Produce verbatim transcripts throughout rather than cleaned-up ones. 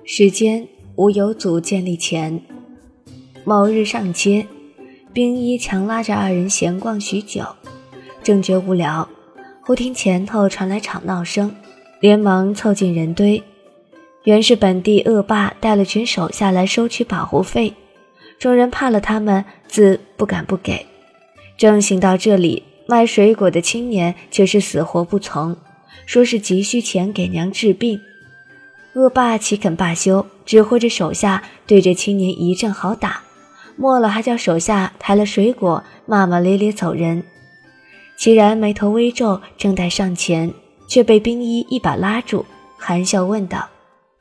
时间无有组建立前。某日上街，冰衣强拉着二人闲逛许久，正觉无聊，忽听前头传来吵闹声，连忙凑近人堆。原是本地恶霸带了群手下来收取保护费，众人怕了他们，自不敢不给。正行到这里，卖水果的青年却是死活不从，说是急需钱给娘治病。恶霸岂肯罢休，指挥着手下对着青年一阵好打，末了还叫手下抬了水果，骂骂咧咧走人。齐然眉头微皱，正待上前，却被冰衣一把拉住，含笑问道：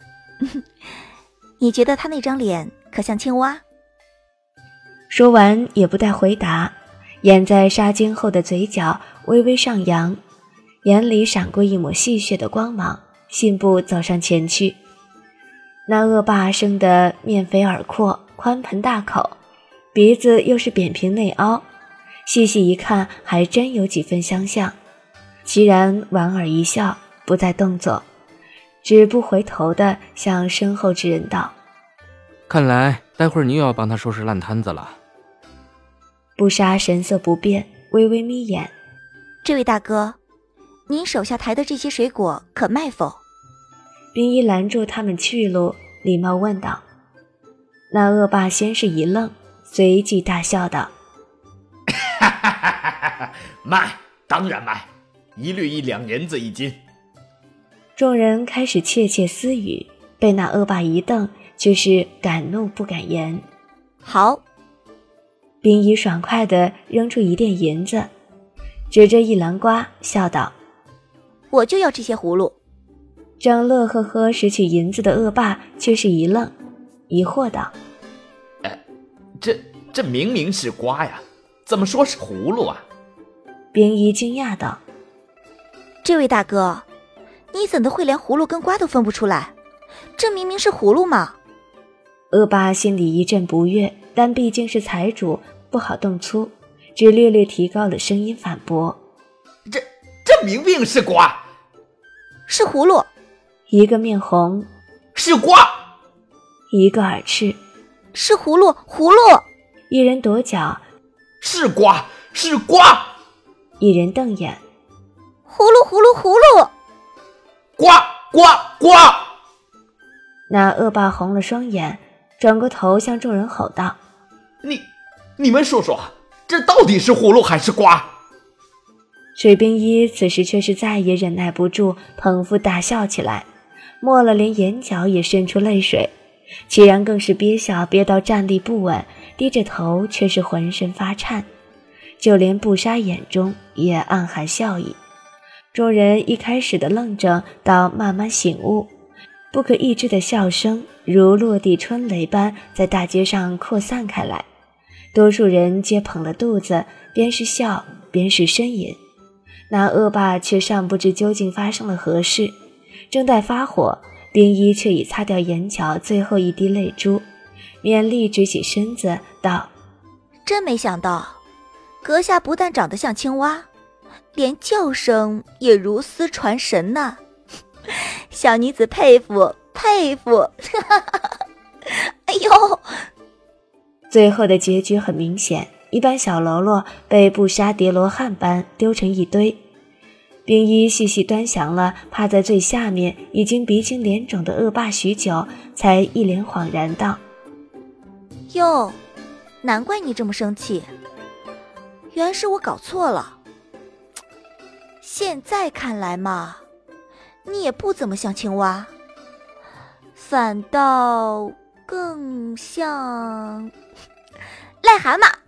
你觉得他那张脸可像青蛙？ 说完也不待回答，掩在纱巾后的嘴角微微上扬，眼里闪过一抹戏谑的光芒，信步走上前去。那恶霸生得面肥耳阔，宽盆大口，鼻子又是扁平内凹，细细一看还真有几分相像。齐然莞尔一笑，不再动作，只不回头地向身后之人道： 看来待会儿你又要帮他收拾烂摊子了。 布莎神色不变，微微眯眼： 这位大哥，您手下抬的这些水果可卖否？ 冰衣拦住他们去路，礼貌问道。那恶霸先是一愣，随即大笑道： 哈哈哈哈哈！卖，当然卖，一律一两银子一斤。 众人开始窃窃私语，被那恶霸一瞪，却是敢怒不敢言。 好。 冰衣爽快地扔出一锭银子，指着一篮瓜笑道： 我就要这些葫芦。 正乐呵呵拾起银子的恶霸却是一愣，疑惑道： 哎，这这明明是瓜呀，怎么说是葫芦啊？ 冰衣惊讶道： 这位大哥，你怎的会连葫芦跟瓜都分不出来？这明明是葫芦嘛。 恶霸心里一阵不悦，但毕竟是财主，不好动粗，只略略提高了声音反驳： 这这明明是瓜。 是葫芦。 一个面红： 是瓜。 一个耳赤： 是葫芦，葫芦。 一人跺脚： 是瓜，是瓜。 一人瞪眼： 葫芦，葫芦，葫芦。 瓜，瓜，瓜。 那恶霸红了双眼，转过头向众人吼道： 你你们说说，这到底是葫芦还是瓜？ 水冰衣此时却是再也忍耐不住，捧腹大笑起来，末了连眼角也渗出泪水。齐然更是憋笑憋到站立不稳，低着头却是浑身发颤，就连布莎眼中也暗含笑意。众人一开始的愣怔到慢慢醒悟，不可抑制的笑声如落地春雷般在大街上扩散开来，多数人皆捧了肚子，边是笑边是呻吟。那恶霸却尚不知究竟发生了何事，正待发火，冰衣却已擦掉眼角最后一滴泪珠，勉力直起身子道： 真没想到，阁下不但长得像青蛙，连叫声也如丝传神呐、啊！小女子佩服佩服。哎呦！ 最后的结局很明显，一般小喽啰被布莎叠罗汉般丢成一堆。冰衣细细端详了趴在最下面已经鼻青脸肿的恶霸许久，才一脸恍然道： 哟，难怪你这么生气，原是我搞错了。现在看来嘛，你也不怎么像青蛙，反倒更像癞蛤蟆。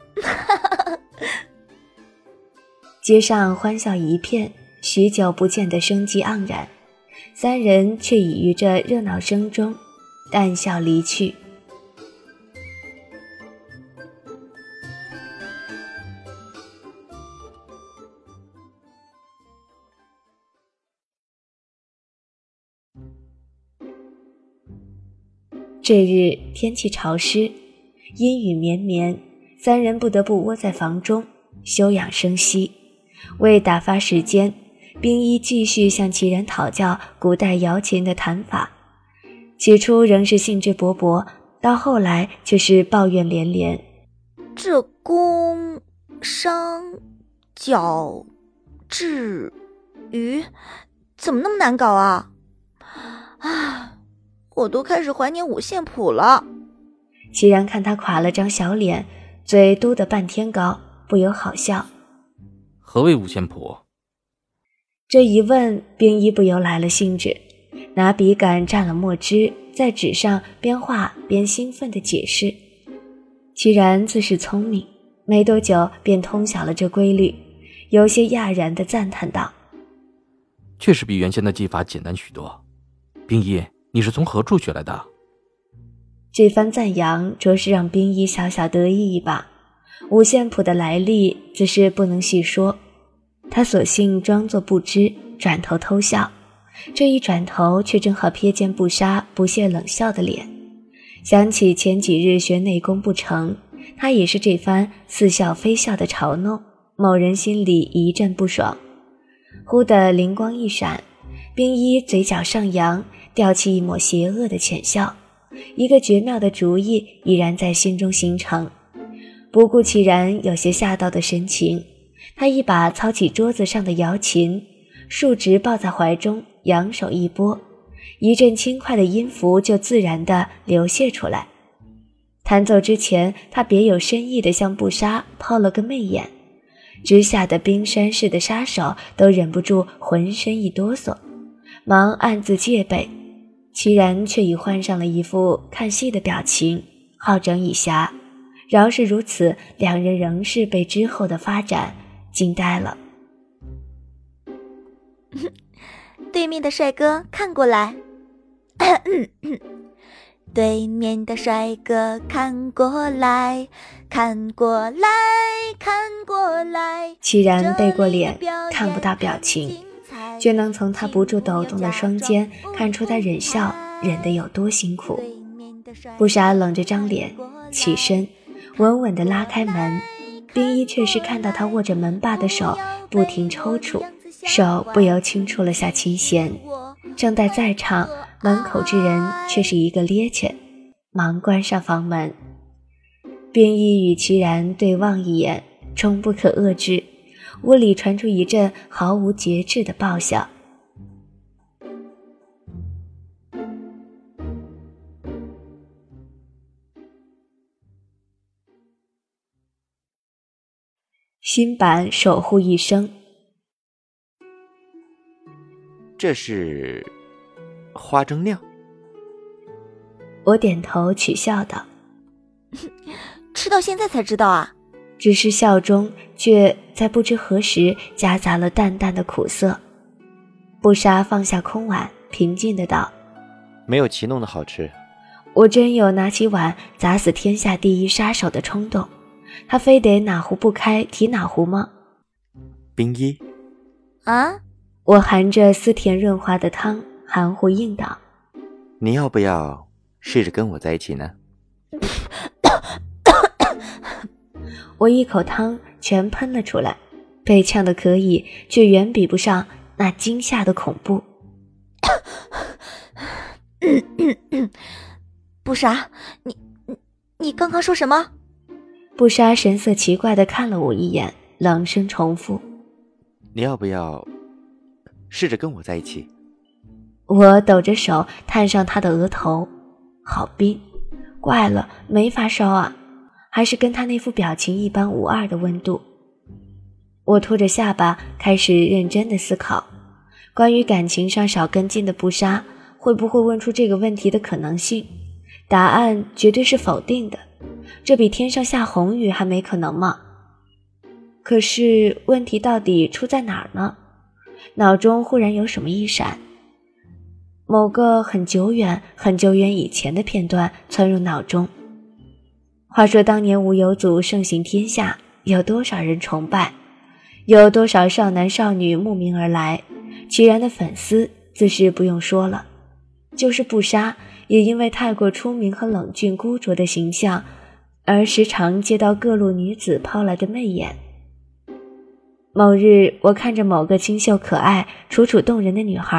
街上欢笑一片，许久不见的生机盎然，三人却已于这热闹声中淡笑离去。这日天气潮湿，阴雨绵绵，三人不得不窝在房中休养生息。为打发时间，冰衣继续向齐然讨教古代瑶琴的弹法。 起初仍是兴致勃勃，到后来却是抱怨连连。 这宫商角徵羽怎么那么难搞啊？啊，我都开始怀念五线谱了。 齐然看他垮了张小脸，嘴嘟得半天高，不由好笑。 何谓五线谱？ 这一问，冰一不由来了兴致，拿笔杆蘸了墨汁，在纸上边画边兴奋地解释。齐然自是聪明，没多久便通晓了这规律，有些讶然地赞叹道： 确实比原先的技法简单许多。冰一，你是从何处学来的？ 这番赞扬着实让冰一小小得意一把，五线谱的来历自是不能细说，他索性装作不知，转头偷笑。这一转头却正好瞥见布莎不屑冷笑的脸，想起前几日学内功不成，他也是这番似笑非笑的嘲弄，某人心里一阵不爽。忽的灵光一闪，冰一嘴角上扬，掉起一抹邪恶的浅笑，一个绝妙的主意已然在心中形成。不顾其然有些吓到的神情，他一把操起桌子上的瑶琴，竖直抱在怀中，扬手一拨，一阵轻快的音符就自然地流泻出来。弹奏之前，他别有深意地向布莎抛了个媚眼，之下的冰山式的杀手都忍不住浑身一哆嗦，忙暗自戒备。齐然却已换上了一副看戏的表情，好整以暇。饶是如此，两人仍是被之后的发展惊呆了。 对面的帅哥看过来，对面的帅哥看过来，看过来，看过来。 齐然背过脸，看不到表情，却能从他不住抖动的双肩看出他忍笑忍得有多辛苦。布莎冷着张脸起身，稳稳地拉开门，冰一却是看到他握着门把的手不停抽搐，手不由轻触了下琴弦。正待在场，门口之人却是一个趔趄，忙关上房门。冰一与齐然对望一眼，终不可遏制，屋里传出一阵毫无节制的爆笑。新版守护一生。 这是花蒸酿。 我点头取笑道： 吃到现在才知道啊。 只是笑中却在不知何时夹杂了淡淡的苦涩。布莎放下空碗，平静地道： 没有齐弄的好吃。 我真有拿起碗砸死天下第一杀手的冲动，他非得哪壶不开提哪壶吗？ 冰一啊！ 我含着丝甜润滑的汤，含糊应道： 你要不要试着跟我在一起呢？ 我一口汤全喷了出来，被呛得可以，却远比不上那惊吓的恐怖。 布莎，你你你刚刚说什么？ 布莎神色奇怪地看了我一眼，冷声重复： 你要不要试着跟我在一起？ 我抖着手探上他的额头，好冰，怪了，没发烧啊，还是跟他那副表情一般无二的温度。我拖着下巴开始认真的思考，关于感情上少跟进的布莎会不会问出这个问题的可能性，答案绝对是否定的，这比天上下红雨还没可能吗？可是问题到底出在哪儿呢？脑中忽然有什么一闪，某个很久远很久远以前的片段窜入脑中。话说当年无有祖盛行天下，有多少人崇拜，有多少少男少女慕名而来，齐然的粉丝自是不用说了，就是布莎也因为太过出名和冷峻孤拙的形象，而时常接到各路女子抛来的媚眼。某日，我看着某个清秀可爱楚楚动人的女孩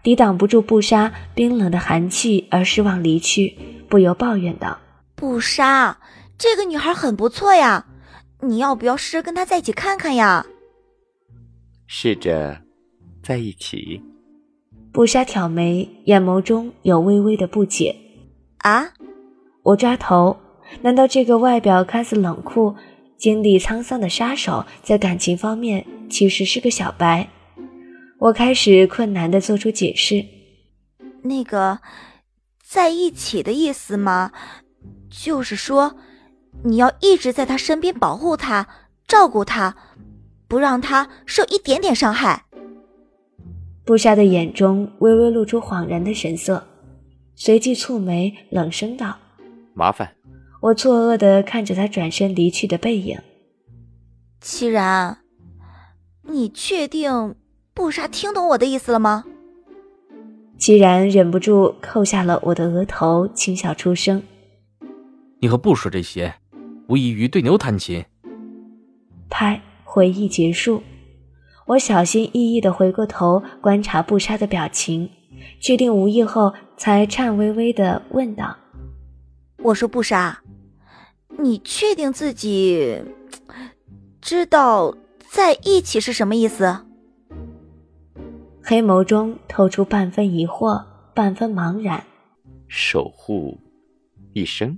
抵挡不住布莎冰冷的寒气而失望离去，不由抱怨道： 布莎，这个女孩很不错呀，你要不要试着跟她在一起看看呀？ 试着在一起。 布莎挑眉，眼眸中有微微的不解。 啊？ 我抓头，难道这个外表看似冷酷、经历沧桑的杀手，在感情方面其实是个小白？我开始困难地做出解释。 那个，在一起的意思吗？就是说，你要一直在他身边保护他，照顾他，不让他受一点点伤害。 布莎的眼中微微露出恍然的神色，随即蹙眉冷声道： 麻烦。 我错愕地看着他转身离去的背影。 凄然，你确定布莎听懂我的意思了吗？ 凄然忍不住扣下了我的额头，轻笑出声： 你和布说这些，无异于对牛弹琴。 拍，会议结束。我小心翼翼地回过头观察布莎的表情，确定无意后才颤巍巍地问道： 我说布莎，你确定自己知道在一起是什么意思？ 黑眸中透出半分疑惑，半分茫然。 守护一生。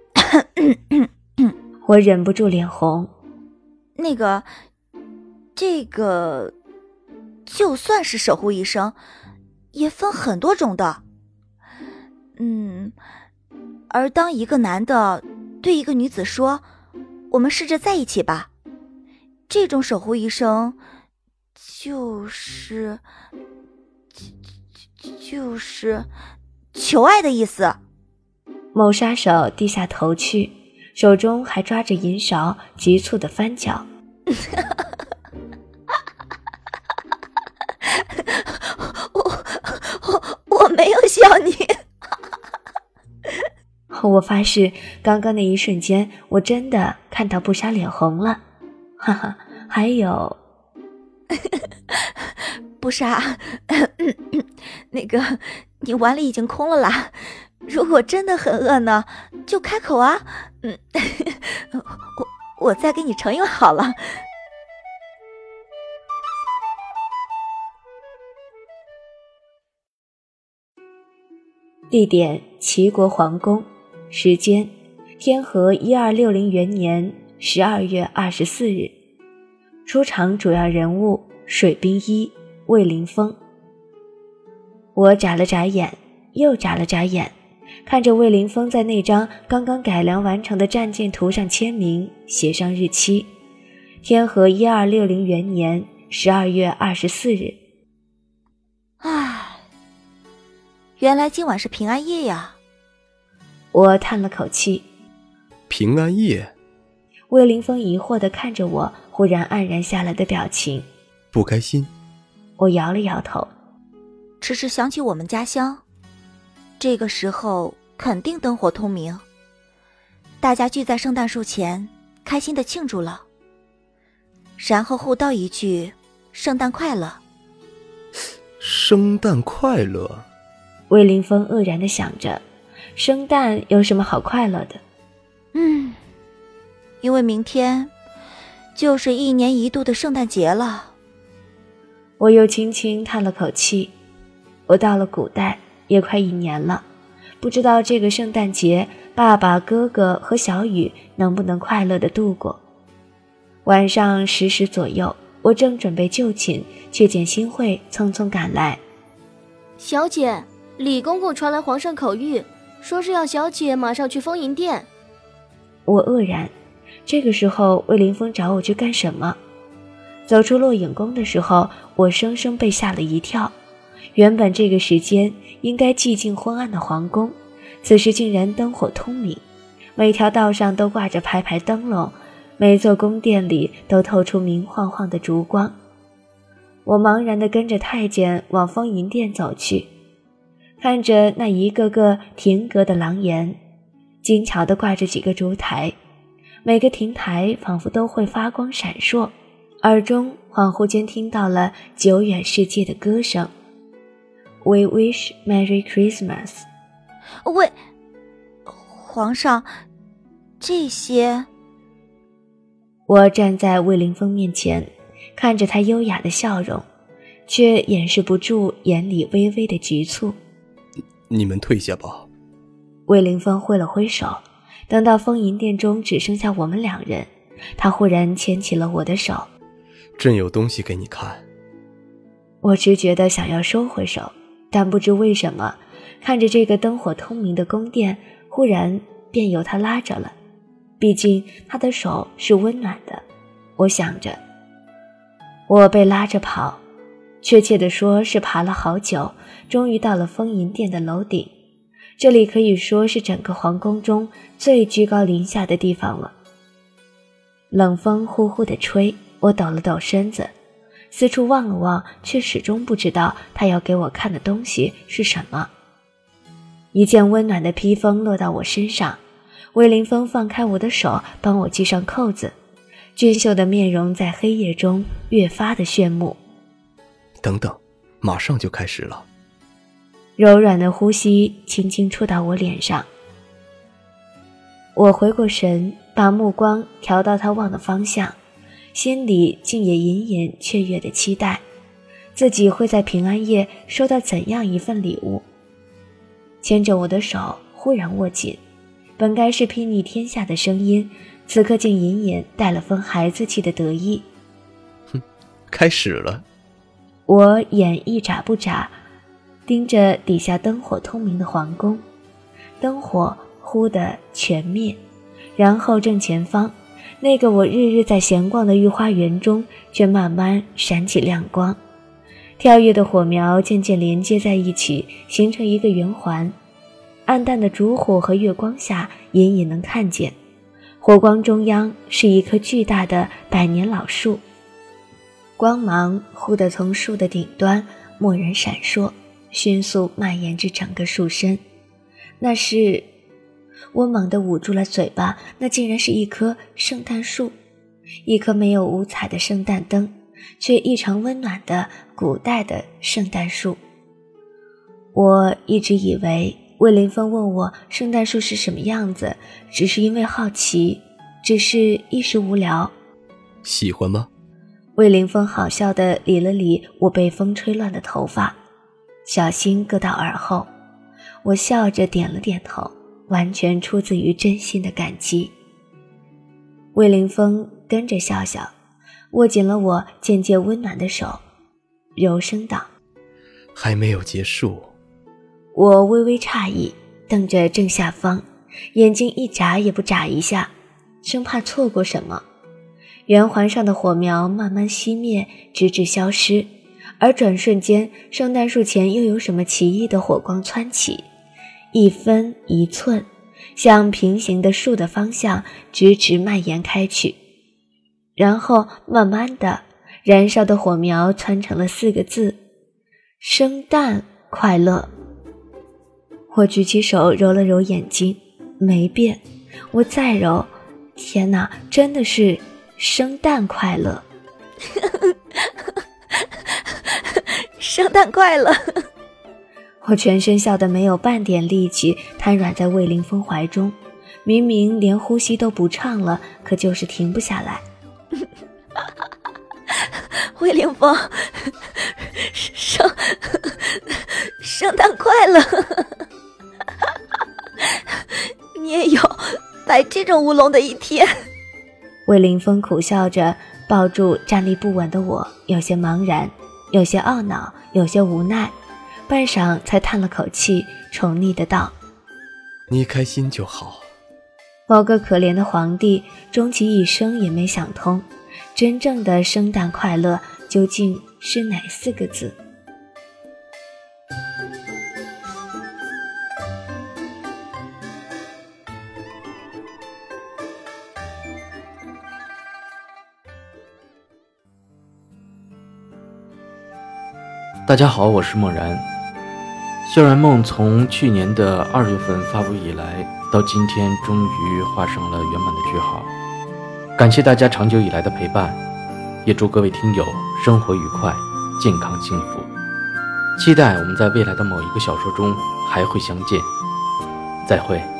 我忍不住脸红。 那个这个就算是守护一生，也分很多种的。嗯，而当一个男的对一个女子说我们试着在一起吧，这种守护一生就是就是求爱的意思。 某杀手低下头去，手中还抓着银勺，急促地翻搅。 我我我没有笑你。 我发誓，刚刚那一瞬间，我真的看到布莎脸红了。哈哈，还有， 布莎，那个你碗里已经空了啦。如果真的很饿呢，就开口啊。嗯，我我再给你盛一碗好了。 地点：齐国皇宫。时间：天和一二六零元年十二月二十四日。出场主要人物：水冰一、魏凌风。我眨了眨眼，又眨了眨眼，看着魏凌风在那张刚刚改良完成的战舰图上签名，写上日期：天和一二六零元年十二月二十四日。 唉，原来今晚是平安夜呀。 我叹了口气。 平安夜？ 魏凌风疑惑地看着我忽然黯然下来的表情。 不开心？ 我摇了摇头。 迟迟想起我们家乡，这个时候肯定灯火通明，大家聚在圣诞树前开心地庆祝了，然后互道一句圣诞快乐。 圣诞快乐？ 魏凌风愕然地想着，圣诞有什么好快乐的？ 嗯，因为明天就是一年一度的圣诞节了。 我又轻轻叹了口气。我到了古代也快一年了，不知道这个圣诞节爸爸、哥哥和小雨能不能快乐地度过。晚上十时左右，我正准备就寝，却见新慧匆匆赶来。 小姐，李公公传来皇上口谕，说是要小姐马上去丰银殿。 我愕然，这个时候魏凌风找我去干什么？走出落影宫的时候，我生生被吓了一跳。原本这个时间应该寂静昏暗的皇宫，此时竟然灯火通明，每条道上都挂着排排灯笼，每座宫殿里都透出明晃晃的烛光。我茫然地跟着太监往丰银殿走去，看着那一个个亭阁的廊檐，精巧地挂着几个烛台，每个亭台仿佛都会发光闪烁，耳中恍惚间听到了久远世界的歌声。 We wish Merry Christmas。 喂，皇上，这些…… 我站在魏凌风面前，看着他优雅的笑容，却掩饰不住眼里微微的局促。 你们退下吧。 魏凌风挥了挥手，等到丰银殿中只剩下我们两人，他忽然牵起了我的手。 朕有东西给你看。 我直觉地想要收回手，但不知为什么，看着这个灯火通明的宫殿，忽然便由他拉着了。毕竟他的手是温暖的，我想着。我被拉着跑，确切地说是爬了好久，终于到了丰银殿的楼顶。这里可以说是整个皇宫中最居高临下的地方了。冷风呼呼地吹，我抖了抖身子，四处望了望，却始终不知道他要给我看的东西是什么。一件温暖的披风落到我身上，魏凌风放开我的手，帮我系上扣子，俊秀的面容在黑夜中越发的炫目。 等等，马上就开始了。 柔软的呼吸轻轻触到我脸上，我回过神，把目光调到他望的方向，心里竟也隐隐雀跃的期待，自己会在平安夜收到怎样一份礼物。牵着我的手忽然握紧，本该是睥睨天下的声音，此刻竟隐隐带了份孩子气的得意。 哼，开始了。 我眼一眨不眨，盯着底下灯火通明的皇宫，灯火忽地全灭，然后正前方那个我日日在闲逛的御花园中，却慢慢闪起亮光。跳跃的火苗渐渐连接在一起，形成一个圆环。暗淡的烛火和月光下，隐隐能看见火光中央是一棵巨大的百年老树，光芒忽地从树的顶端蓦然闪烁，迅速蔓延至整个树身。那是……我猛地捂住了嘴巴，那竟然是一棵圣诞树，一棵没有五彩的圣诞灯，却异常温暖的古代的圣诞树。我一直以为魏凌风问我圣诞树是什么样子，只是因为好奇，只是一时无聊。 喜欢吗？ 魏凌风好笑地理了理我被风吹乱的头发，小心搁到耳后。我笑着点了点头，完全出自于真心的感激。魏凌风跟着笑笑，握紧了我渐渐温暖的手，柔声道： 还没有结束。 我微微诧异，瞪着正下方，眼睛一眨也不眨一下，生怕错过什么。圆环上的火苗慢慢熄灭，直至消失，而转瞬间，圣诞树前又有什么奇异的火光蹿起，一分一寸，向平行的树的方向直直蔓延开去。然后慢慢的，燃烧的火苗蹿成了四个字：圣诞快乐。我举起手揉了揉眼睛，没变。我再揉，天哪，真的是圣诞快乐。 圣诞快乐。 我全身笑得没有半点力气，瘫软在魏凌风怀中，明明连呼吸都不畅了，可就是停不下来。 魏凌风，圣圣诞快乐。你也有摆这种乌龙的一天。 魏凌风苦笑着抱住站立不稳的我，有些茫然，有些懊恼，有些无奈，半晌才叹了口气，宠溺的道： 你开心就好。 某个可怜的皇帝终其一生也没想通，真正的圣诞快乐究竟是哪四个字？ 大家好，我是梦然。校园梦从去年的二月份发布以来，到今天终于画上了圆满的句号。感谢大家长久以来的陪伴，也祝各位听友生活愉快，健康幸福。 期待我们在未来的某一个小说中还会相见。再会。